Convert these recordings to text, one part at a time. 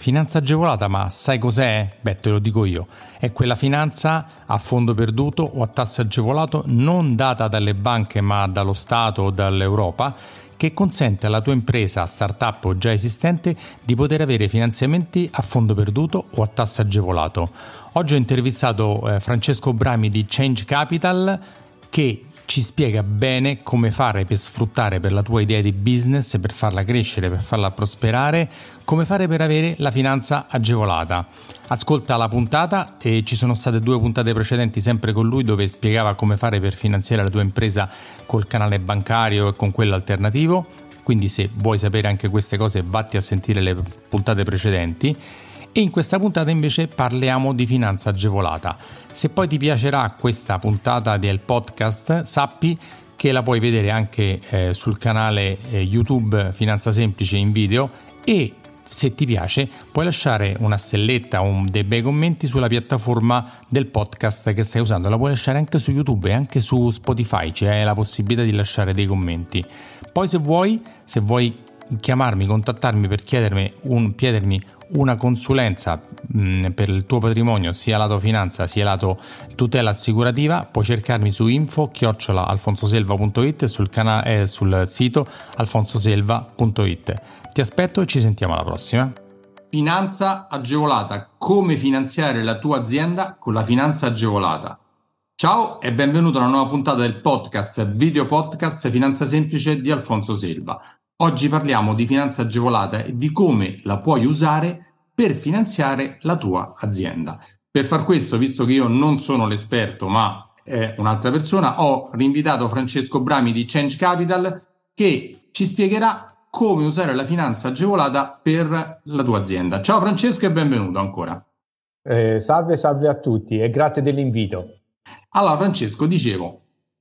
Finanza agevolata, ma sai cos'è? Beh, te lo dico io. È quella finanza a fondo perduto o a tasso agevolato non data dalle banche ma dallo Stato o dall'Europa, che consente alla tua impresa, startup o già esistente di poter avere finanziamenti a fondo perduto o a tasso agevolato. Oggi ho intervistato Francesco Brami di Change Capital, che ci spiega bene come fare per sfruttare per la tua idea di business, per farla crescere, per farla prosperare, come fare per avere la finanza agevolata. Ascolta la puntata, e ci sono state 2 puntate precedenti sempre con lui dove spiegava come fare per finanziare la tua impresa col canale bancario e con quello alternativo. Quindi se vuoi sapere anche queste cose vatti a sentire le puntate precedenti. E in questa puntata invece parliamo di finanza agevolata. Se poi ti piacerà questa puntata del podcast, sappi che la puoi vedere anche sul canale YouTube Finanza Semplice in video, e se ti piace puoi lasciare una stelletta o dei bei commenti sulla piattaforma del podcast che stai usando. La puoi lasciare anche su YouTube e anche su Spotify, c'è la possibilità di lasciare dei commenti. Poi se vuoi chiamarmi, contattarmi per chiedermi una consulenza per il tuo patrimonio, sia lato finanza sia lato tutela assicurativa, puoi cercarmi su info@alfonsoselva.it e sul sito alfonsoselva.it. Ti aspetto e ci sentiamo alla prossima. Finanza agevolata: come finanziare la tua azienda con la finanza agevolata. Ciao e benvenuto a una nuova puntata del video podcast Finanza Semplice di Alfonso Selva. Oggi parliamo di finanza agevolata e di come la puoi usare per finanziare la tua azienda. Per far questo, visto che io non sono l'esperto ma è un'altra persona, ho rinvitato Francesco Brami di Change Capital, che ci spiegherà come usare la finanza agevolata per la tua azienda. Ciao Francesco e benvenuto ancora. Salve a tutti e grazie dell'invito. Allora Francesco, dicevo,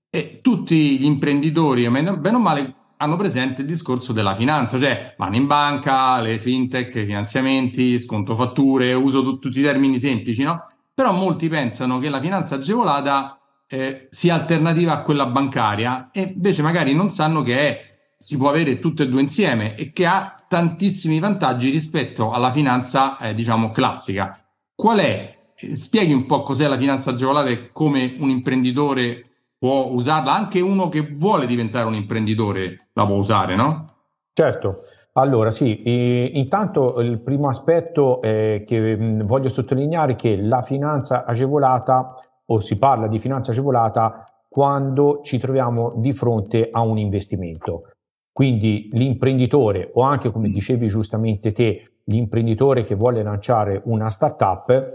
tutti gli imprenditori, bene o male, hanno presente il discorso della finanza, cioè vanno in banca, le fintech, finanziamenti, sconto fatture, uso tutti i termini semplici, no? Però molti pensano che la finanza agevolata sia alternativa a quella bancaria, e invece magari non sanno che si può avere tutte e due insieme e che ha tantissimi vantaggi rispetto alla finanza, classica. Qual è? Spieghi un po' cos'è la finanza agevolata e come un imprenditore può usarla, anche uno che vuole diventare un imprenditore la può usare, no? Certo, allora sì, intanto il primo aspetto che voglio sottolineare è che la finanza agevolata, o si parla di finanza agevolata quando ci troviamo di fronte a un investimento. Quindi l'imprenditore, o anche come dicevi giustamente te, l'imprenditore che vuole lanciare una startup,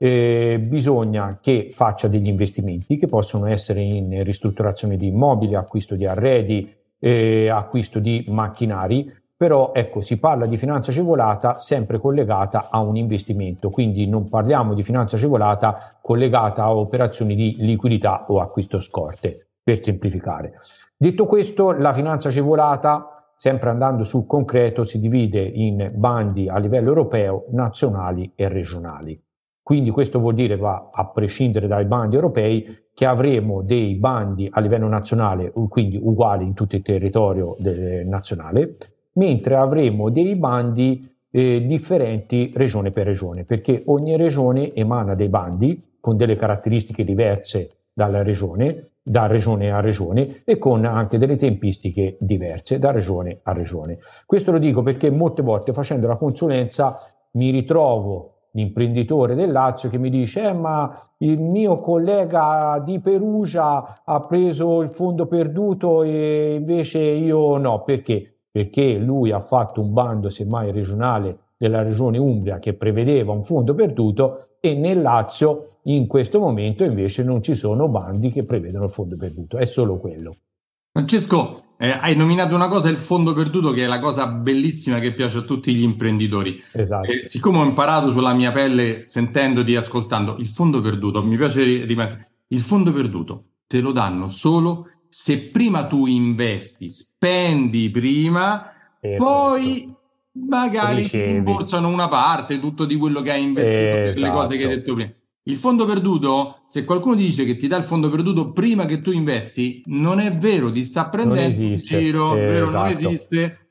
bisogna che faccia degli investimenti che possono essere in ristrutturazione di immobili, acquisto di arredi, acquisto di macchinari, però ecco, si parla di finanza agevolata sempre collegata a un investimento, quindi non parliamo di finanza agevolata collegata a operazioni di liquidità o acquisto scorte, per semplificare. Detto questo, la finanza agevolata, sempre andando sul concreto, si divide in bandi a livello europeo, nazionali e regionali. Quindi questo vuol dire, a prescindere dai bandi europei, che avremo dei bandi a livello nazionale, quindi uguali in tutto il territorio nazionale, mentre avremo dei bandi differenti regione per regione, perché ogni regione emana dei bandi con delle caratteristiche diverse da regione a regione e con anche delle tempistiche diverse da regione a regione. Questo lo dico perché molte volte, facendo la consulenza, mi ritrovo l'imprenditore del Lazio che mi dice ma il mio collega di Perugia ha preso il fondo perduto e invece io no. Perché? Perché lui ha fatto un bando semmai regionale della regione Umbria che prevedeva un fondo perduto, e nel Lazio in questo momento invece non ci sono bandi che prevedono il fondo perduto, è solo quello. Francesco, hai nominato una cosa, il fondo perduto, che è la cosa bellissima che piace a tutti gli imprenditori. Esatto. Siccome ho imparato sulla mia pelle, sentendoti e ascoltando, il fondo perduto, mi piace ripetere, il fondo perduto te lo danno solo se prima tu investi, spendi prima, poi magari ti rimborsano una parte, tutto di quello che hai investito per le cose che hai detto prima. Il fondo perduto, se qualcuno dice che ti dà il fondo perduto prima che tu investi, non è vero, ti sta prendendo in giro, vero? Non esiste.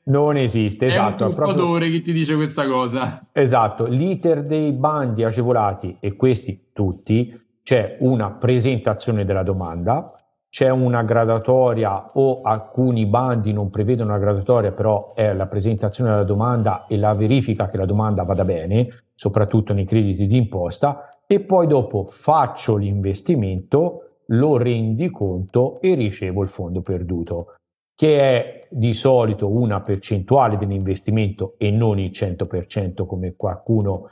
Non esiste, È un esatto. truffatore chi ti dice questa cosa. Esatto, l'iter dei bandi agevolati, e questi tutti, c'è una presentazione della domanda, c'è una gradatoria o alcuni bandi non prevedono una gradatoria, però è la presentazione della domanda e la verifica che la domanda vada bene, soprattutto nei crediti d'imposta, e poi dopo faccio l'investimento, lo rendiconto e ricevo il fondo perduto, che è di solito una percentuale dell'investimento e non il 100% come qualcuno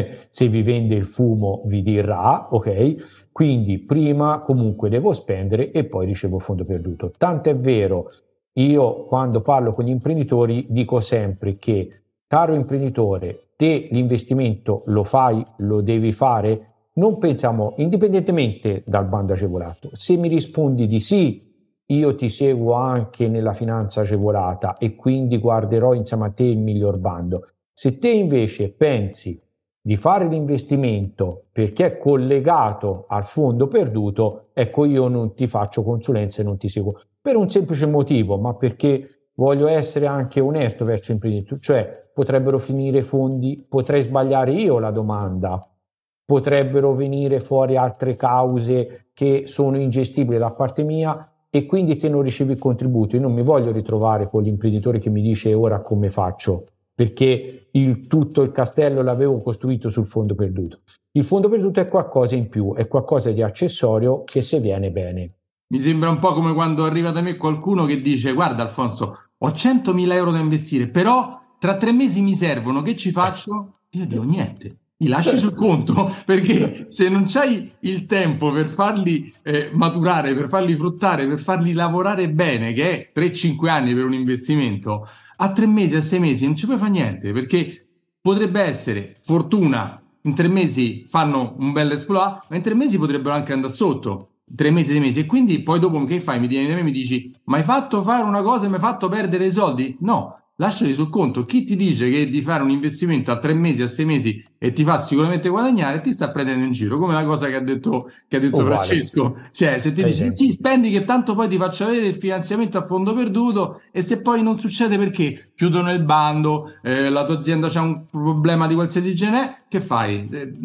se vi vende il fumo vi dirà, ok? Quindi prima comunque devo spendere e poi ricevo il fondo perduto. Tanto è vero, io quando parlo con gli imprenditori dico sempre che, caro imprenditore, te l'investimento lo fai, lo devi fare, non pensiamo, indipendentemente dal bando agevolato, se mi rispondi di sì, io ti seguo anche nella finanza agevolata e quindi guarderò insieme a te il miglior bando. Se te invece pensi di fare l'investimento perché è collegato al fondo perduto, ecco, io non ti faccio consulenza e non ti seguo per un semplice motivo, ma perché voglio essere anche onesto verso l'imprenditori, cioè potrebbero finire fondi, potrei sbagliare io la domanda, potrebbero venire fuori altre cause che sono ingestibili da parte mia e quindi te non ricevi il contributo. Io non mi voglio ritrovare con l'imprenditore che mi dice ora come faccio, perché tutto il castello l'avevo costruito sul fondo perduto. Il fondo perduto è qualcosa in più, è qualcosa di accessorio che se viene bene. Mi sembra un po' come quando arriva da me qualcuno che dice: guarda Alfonso, ho 100.000 euro da investire, però tra 3 mesi mi servono, che ci faccio? Io dico niente. Li lasci sul conto, perché se non c'hai il tempo per farli maturare, per farli fruttare, per farli lavorare bene, che è 3-5 anni per un investimento, a 3 mesi, a 6 mesi non ci puoi fare niente, perché potrebbe essere fortuna, in 3 mesi fanno un bel esploit, ma in 3 mesi potrebbero anche andare sotto. 3 mesi, 6 mesi, e quindi poi dopo che fai? Mi vieni da me e mi dici: ma hai fatto fare una cosa e mi hai fatto perdere i soldi? No, lasciali sul conto. Chi ti dice che di fare un investimento a 3 mesi, a 6 mesi e ti fa sicuramente guadagnare, ti sta prendendo in giro, come la cosa che ha detto Francesco. Cioè, se ti dici sì, spendi che tanto poi ti faccio avere il finanziamento a fondo perduto, e se poi non succede perché chiudono il bando, la tua azienda c'ha un problema di qualsiasi genere, che fai?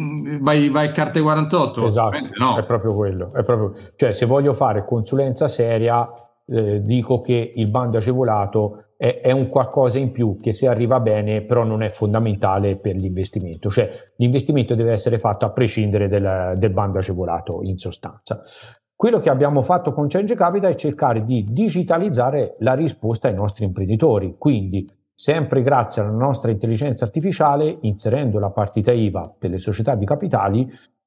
Vai a carte 48? Esatto, No. è proprio quello. Cioè, se voglio fare consulenza seria, dico che il bando agevolato è un qualcosa in più che se arriva bene però non è fondamentale per l'investimento, cioè l'investimento deve essere fatto a prescindere del bando agevolato in sostanza. Quello che abbiamo fatto con Change Capital è cercare di digitalizzare la risposta ai nostri imprenditori, quindi sempre grazie alla nostra intelligenza artificiale, inserendo la partita IVA per le società di capitali,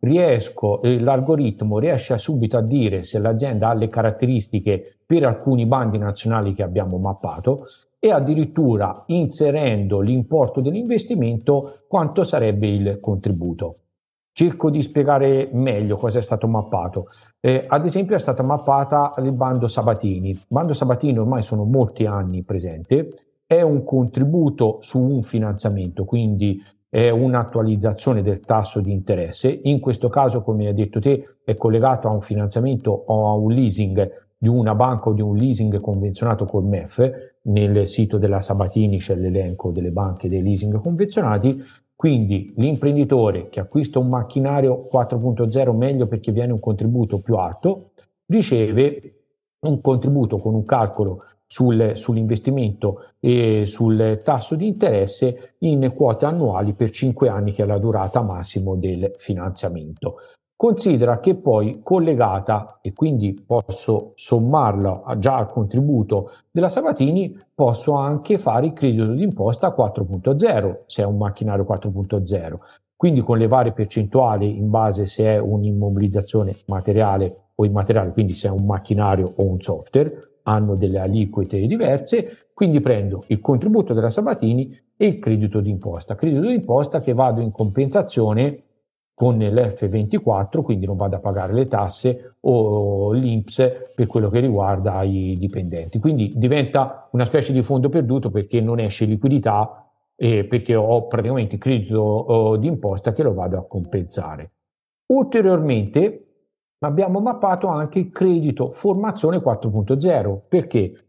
l'algoritmo riesce subito a dire se l'azienda ha le caratteristiche per alcuni bandi nazionali che abbiamo mappato e addirittura inserendo l'importo dell'investimento quanto sarebbe il contributo. Cerco di spiegare meglio cosa è stato mappato. Ad esempio è stata mappata il bando Sabatini. Il bando Sabatini ormai sono molti anni presente, è un contributo su un finanziamento, quindi è un'attualizzazione del tasso di interesse. In questo caso, come hai detto te, è collegato a un finanziamento o a un leasing di una banca o di un leasing convenzionato col MEF. Nel sito della Sabatini c'è l'elenco delle banche dei leasing convenzionati. Quindi l'imprenditore che acquista un macchinario 4.0, meglio perché viene un contributo più alto, riceve un contributo con un calcolo sull'investimento e sul tasso di interesse in quote annuali per 5 anni, che è la durata massimo del finanziamento. Considera che poi collegata, e quindi posso sommarla già al contributo della Sabatini, posso anche fare il credito d'imposta 4.0 se è un macchinario 4.0, quindi con le varie percentuali in base se è un'immobilizzazione materiale o immateriale, quindi se è un macchinario o un software, hanno delle aliquote diverse, quindi prendo il contributo della Sabatini e il credito d'imposta che vado in compensazione con l'F24, quindi non vado a pagare le tasse o l'INPS per quello che riguarda i dipendenti. Quindi diventa una specie di fondo perduto perché non esce liquidità e perché ho praticamente il credito d'imposta che lo vado a compensare. Ulteriormente abbiamo mappato anche il credito formazione 4.0, perché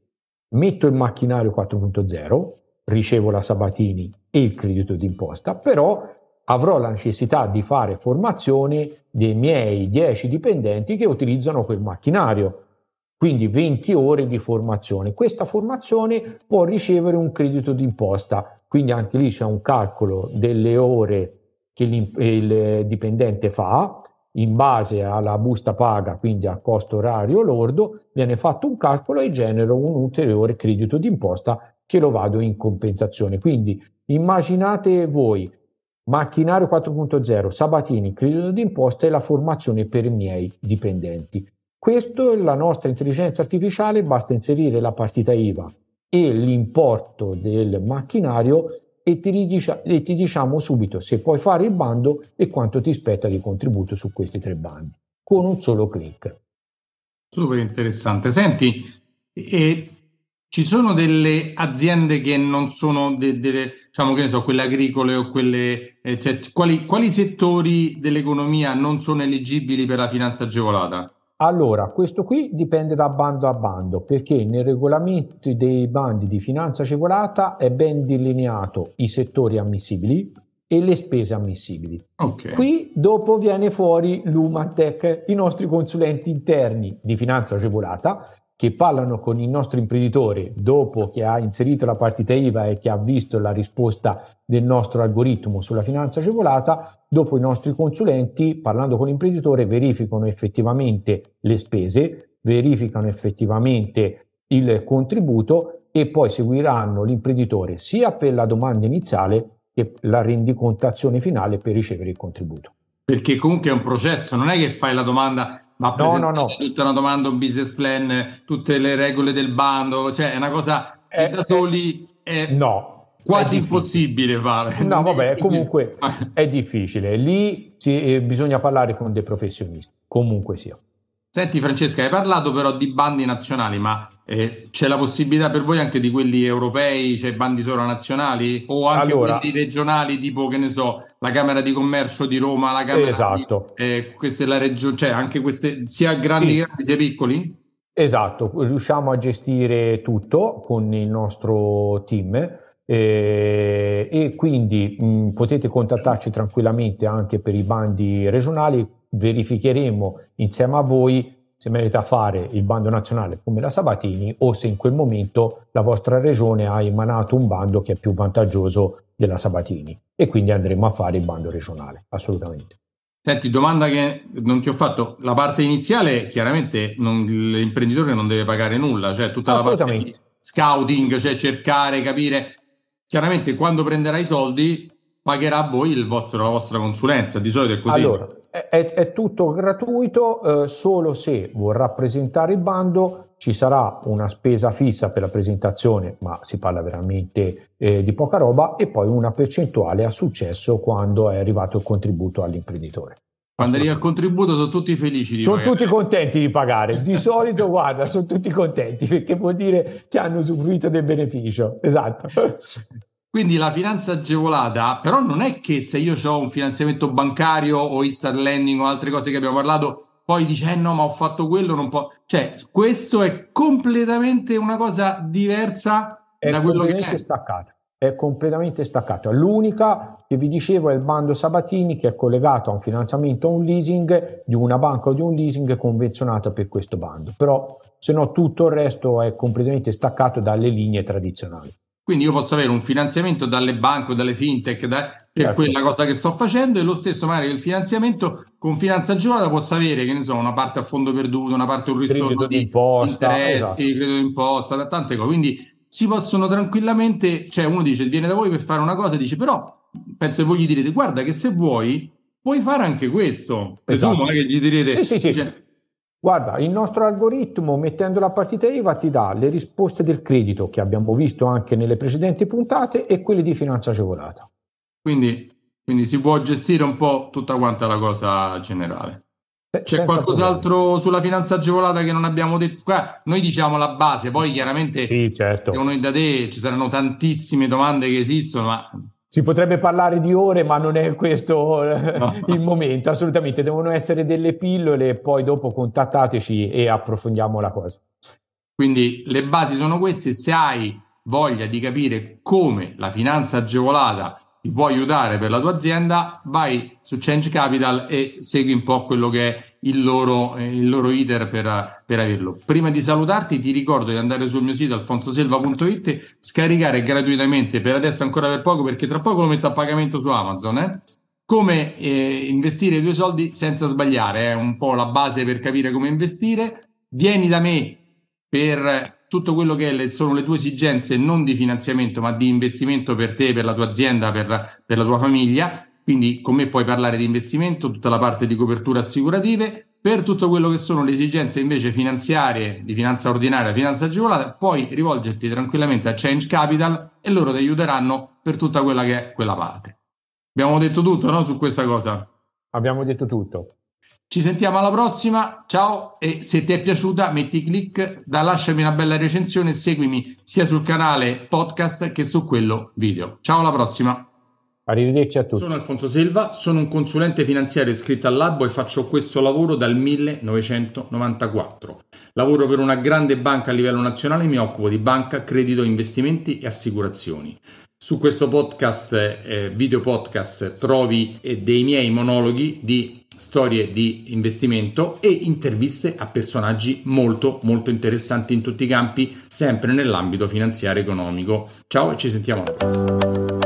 metto il macchinario 4.0, ricevo la Sabatini e il credito d'imposta, però avrò la necessità di fare formazione dei miei 10 dipendenti che utilizzano quel macchinario, quindi 20 ore di formazione. Questa formazione può ricevere un credito d'imposta, quindi anche lì c'è un calcolo delle ore che il dipendente fa, in base alla busta paga, quindi al costo orario lordo, viene fatto un calcolo e genero un ulteriore credito d'imposta che lo vado in compensazione. Quindi immaginate voi, macchinario 4.0, Sabatini, credito d'imposta e la formazione per i miei dipendenti. Questo è la nostra intelligenza artificiale, basta inserire la partita IVA e l'importo del macchinario e ti diciamo subito se puoi fare il bando e quanto ti spetta di contributo su questi 3 bandi, con un solo click. Super interessante. Senti, ci sono delle aziende che non sono diciamo che ne so, quelle agricole o quelle, cioè, quali settori dell'economia non sono eligibili per la finanza agevolata? Allora, questo qui dipende da bando a bando, perché nel regolamento dei bandi di finanza agevolata è ben delineato i settori ammissibili e le spese ammissibili. Okay. Qui dopo viene fuori l'Humanitec, i nostri consulenti interni di finanza agevolata, che parlano con il nostro imprenditore dopo che ha inserito la partita IVA e che ha visto la risposta del nostro algoritmo sulla finanza agevolata. Dopo i nostri consulenti, parlando con l'imprenditore, verificano effettivamente le spese, verificano effettivamente il contributo e poi seguiranno l'imprenditore sia per la domanda iniziale che la rendicontazione finale per ricevere il contributo. Perché comunque è un processo, non è che fai la domanda, ma no. tutta una domanda, un business plan, tutte le regole del bando, cioè è una cosa che da soli è quasi è impossibile fare. No, vabbè, comunque è difficile. Lì bisogna parlare con dei professionisti, comunque sia. Senti Francesca, hai parlato però di bandi nazionali, ma c'è la possibilità per voi anche di quelli europei, cioè bandi sovranazionali o anche quelli regionali, tipo che ne so, la Camera di Commercio di Roma, la Camera esatto. Questa è la regione, cioè anche queste sia grandi sia piccoli? Esatto, riusciamo a gestire tutto con il nostro team e quindi potete contattarci tranquillamente anche per i bandi regionali. Verificheremo insieme a voi se merita fare il bando nazionale come la Sabatini o se in quel momento la vostra regione ha emanato un bando che è più vantaggioso della Sabatini e quindi andremo a fare il bando regionale, assolutamente. Senti, domanda che non ti ho fatto, la parte iniziale chiaramente l'imprenditore non deve pagare nulla, cioè tutta la parte di scouting, cioè cercare, capire, chiaramente quando prenderà i soldi pagherà a voi la vostra consulenza, di solito è così. Allora, è tutto gratuito, solo se vorrà presentare il bando ci sarà una spesa fissa per la presentazione, ma si parla veramente di poca roba, e poi una percentuale a successo quando è arrivato il contributo all'imprenditore. Quando arriva il contributo sono tutti felici di pagare. Sono tutti contenti di pagare, di solito guarda, sono tutti contenti perché vuol dire che hanno usufruito del beneficio, esatto. Quindi la finanza agevolata, però non è che se io ho un finanziamento bancario o instant lending o altre cose che abbiamo parlato, poi dice no ma ho fatto quello, non può... Cioè questo è completamente una cosa diversa da quello che è. Staccato. È completamente staccato. L'unica che vi dicevo è il bando Sabatini, che è collegato a un finanziamento o un leasing di una banca o di un leasing convenzionata per questo bando, però se no tutto il resto è completamente staccato dalle linee tradizionali. Quindi io posso avere un finanziamento dalle banche o dalle fintech per quella cosa che sto facendo, e lo stesso magari il finanziamento con finanza agevolata posso avere, che ne so, una parte a fondo perduto, una parte un ristorno di interessi, credito d'imposta, tante cose. Quindi si possono tranquillamente, cioè uno dice viene da voi per fare una cosa e dice però penso che voi gli direte guarda che se vuoi puoi fare anche questo. Presumo che gli direte sì. Cioè, guarda, il nostro algoritmo, mettendo la partita IVA, ti dà le risposte del credito che abbiamo visto anche nelle precedenti puntate e quelle di finanza agevolata. Quindi si può gestire un po' tutta quanta la cosa generale. C'è qualcos'altro sulla finanza agevolata che non abbiamo detto? Qua noi diciamo la base, poi chiaramente noi da te ci saranno tantissime domande che esistono, ma... Si potrebbe parlare di ore, ma non è questo il momento, assolutamente. Devono essere delle pillole e poi dopo contattateci e approfondiamo la cosa. Quindi le basi sono queste. Se hai voglia di capire come la finanza agevolata ti può aiutare per la tua azienda, vai su Change Capital e segui un po' quello che è il loro iter per averlo. Prima di salutarti ti ricordo di andare sul mio sito alfonsoselva.it, scaricare gratuitamente, per adesso ancora per poco perché tra poco lo metto a pagamento su Amazon, come investire i tuoi soldi senza sbagliare, è un po' la base per capire come investire. Vieni da me per tutto quello che sono le tue esigenze non di finanziamento ma di investimento per te, per la tua azienda, per la tua famiglia. Quindi con me puoi parlare di investimento, tutta la parte di coperture assicurative. Per tutto quello che sono le esigenze invece finanziarie, di finanza ordinaria, finanza agevolata, puoi rivolgerti tranquillamente a Change Capital e loro ti aiuteranno per tutta quella che è quella parte. Abbiamo detto tutto, no? Su questa cosa? Abbiamo detto tutto. Ci sentiamo alla prossima, ciao, e se ti è piaciuta metti click, lasciami una bella recensione e seguimi sia sul canale podcast che su quello video. Ciao, alla prossima. Arrivederci a tutti. Sono Alfonso Selva, sono un consulente finanziario iscritto all'albo e faccio questo lavoro dal 1994. Lavoro per una grande banca a livello nazionale e mi occupo di banca, credito, investimenti e assicurazioni. Su questo podcast, video podcast, trovi dei miei monologhi di storie di investimento e interviste a personaggi molto molto interessanti in tutti i campi, sempre nell'ambito finanziario economico. Ciao e ci sentiamo alla prossima.